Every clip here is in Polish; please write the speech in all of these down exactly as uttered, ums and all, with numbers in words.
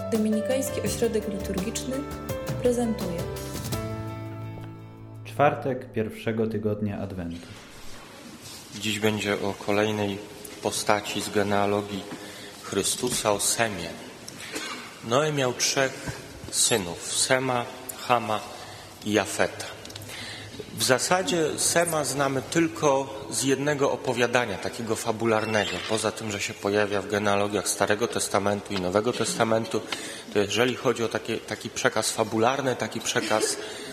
Dominikański Ośrodek Liturgiczny prezentuje Czwartek pierwszego tygodnia Adwentu. Dziś będzie o kolejnej postaci z genealogii Chrystusa, o Semie. Noe miał trzech synów, Sema, Chama i Jafeta. W zasadzie Sema znamy tylko z jednego opowiadania, takiego fabularnego. Poza tym, że się pojawia w genealogiach Starego Testamentu i Nowego Testamentu, to jeżeli chodzi o taki, taki przekaz fabularny, taki przekaz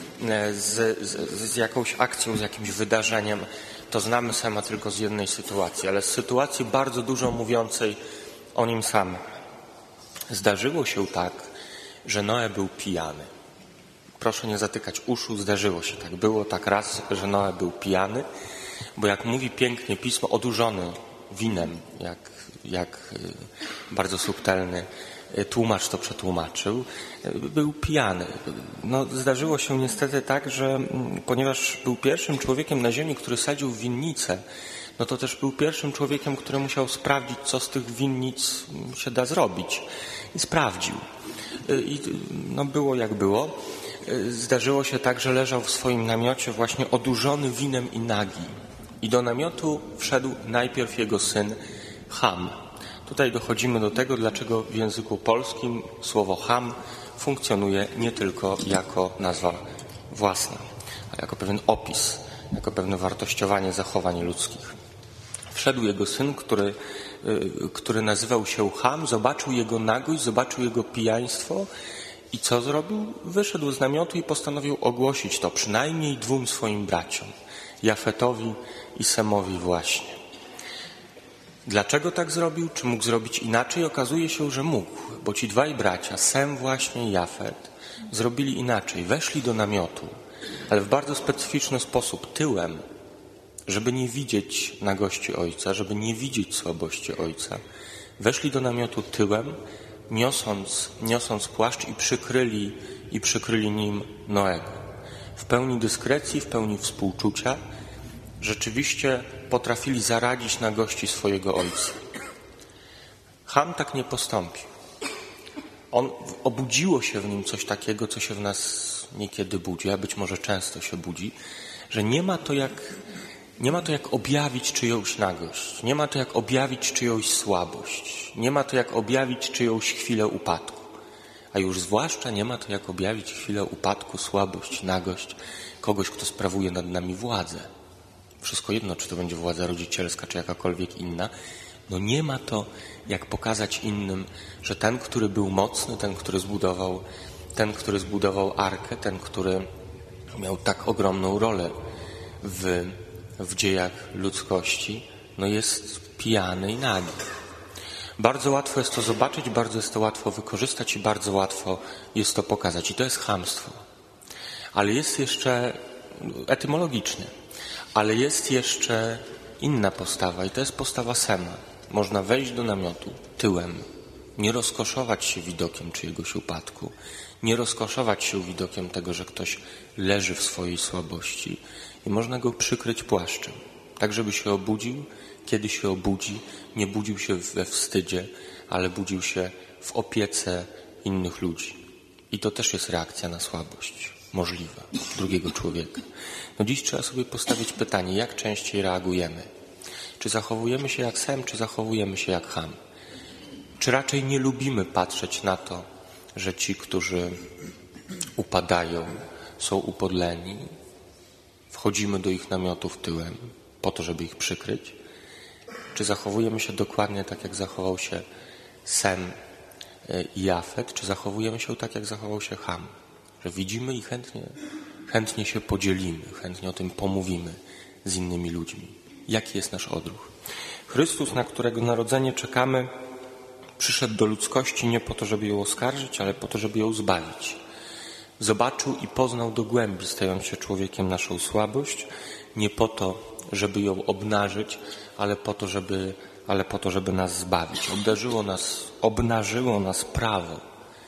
z, z, z jakąś akcją, z jakimś wydarzeniem, to znamy Sema tylko z jednej sytuacji, ale z sytuacji bardzo dużo mówiącej o nim samym. Zdarzyło się tak, że Noe był pijany. Proszę nie zatykać uszu, zdarzyło się tak. Było tak raz, że Noe był pijany, bo jak mówi pięknie Pismo, odurzony winem, jak, jak bardzo subtelny tłumacz to przetłumaczył, był pijany. No, zdarzyło się niestety tak, że ponieważ był pierwszym człowiekiem na ziemi, który sadził winnice, no to też był pierwszym człowiekiem, który musiał sprawdzić, co z tych winnic się da zrobić. I sprawdził. I no, było jak było. Zdarzyło się tak, że leżał w swoim namiocie właśnie odurzony winem i nagi. I do namiotu wszedł najpierw jego syn Cham. Tutaj dochodzimy do tego, dlaczego w języku polskim słowo Cham funkcjonuje nie tylko jako nazwa własna, ale jako pewien opis, jako pewne wartościowanie zachowań ludzkich. Wszedł jego syn, który, który nazywał się Cham, zobaczył jego nagość, zobaczył jego pijaństwo i co zrobił? Wyszedł z namiotu i postanowił ogłosić to przynajmniej dwóm swoim braciom, Jafetowi i Semowi właśnie. Dlaczego tak zrobił? Czy mógł zrobić inaczej? Okazuje się, że mógł, bo ci dwaj bracia, Sem właśnie i Jafet, zrobili inaczej. Weszli do namiotu, ale w bardzo specyficzny sposób, tyłem, żeby nie widzieć nagości ojca, żeby nie widzieć słabości ojca. Weszli do namiotu tyłem, niosąc, niosąc płaszcz i przykryli, i przykryli nim Noego. W pełni dyskrecji, w pełni współczucia, rzeczywiście potrafili zaradzić nagości swojego ojca. Cham tak nie postąpił. On, obudziło się w nim coś takiego, co się w nas niekiedy budzi, a być może często się budzi, że nie ma to jak, nie ma to jak objawić czyjąś nagość, nie ma to jak objawić czyjąś słabość, nie ma to jak objawić czyjąś chwilę upadku, a już zwłaszcza nie ma to jak objawić chwilę upadku, słabość, nagość kogoś, kto sprawuje nad nami władzę. Wszystko jedno, czy to będzie władza rodzicielska, czy jakakolwiek inna, no nie ma to jak pokazać innym, że ten, który był mocny, ten, który zbudował, ten, który zbudował arkę, ten, który miał tak ogromną rolę w, w dziejach ludzkości, no jest pijany i nagi. Bardzo łatwo jest to zobaczyć, bardzo jest to łatwo wykorzystać i bardzo łatwo jest to pokazać. I to jest chamstwo. Ale jest jeszcze etymologicznie. Ale jest jeszcze inna postawa i to jest postawa Sema. Można wejść do namiotu tyłem, nie rozkoszować się widokiem czyjegoś upadku, nie rozkoszować się widokiem tego, że ktoś leży w swojej słabości i można go przykryć płaszczem, tak żeby się obudził, kiedy się obudzi, nie budził się we wstydzie, ale budził się w opiece innych ludzi. I to też jest reakcja na słabość możliwa drugiego człowieka. No dziś trzeba sobie postawić pytanie, jak częściej reagujemy? Czy zachowujemy się jak Sem, czy zachowujemy się jak Cham? Czy raczej nie lubimy patrzeć na to, że ci, którzy upadają, są upodleni? Wchodzimy do ich namiotów tyłem po to, żeby ich przykryć? Czy zachowujemy się dokładnie tak, jak zachował się Sem i Jafet? Czy zachowujemy się tak, jak zachował się Cham? Że widzimy i chętnie, chętnie się podzielimy, chętnie o tym pomówimy z innymi ludźmi. Jaki jest nasz odruch? Chrystus, na którego narodzenie czekamy, przyszedł do ludzkości nie po to, żeby ją oskarżyć, ale po to, żeby ją zbawić. Zobaczył i poznał do głębi, stając się człowiekiem, naszą słabość, nie po to, żeby ją obnażyć, ale po to, żeby, ale po to, żeby nas zbawić. Obdarzyło nas, obnażyło nas prawo.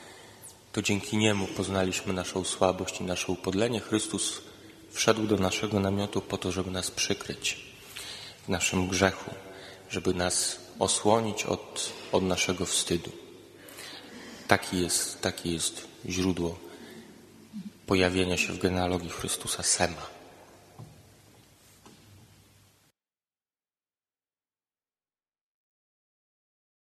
To dzięki niemu poznaliśmy naszą słabość i nasze upodlenie. Chrystus wszedł do naszego namiotu po to, żeby nas przykryć w naszym grzechu, żeby nas osłonić od, od naszego wstydu. Taki jest, taki jest źródło pojawienia się w genealogii Chrystusa Sema.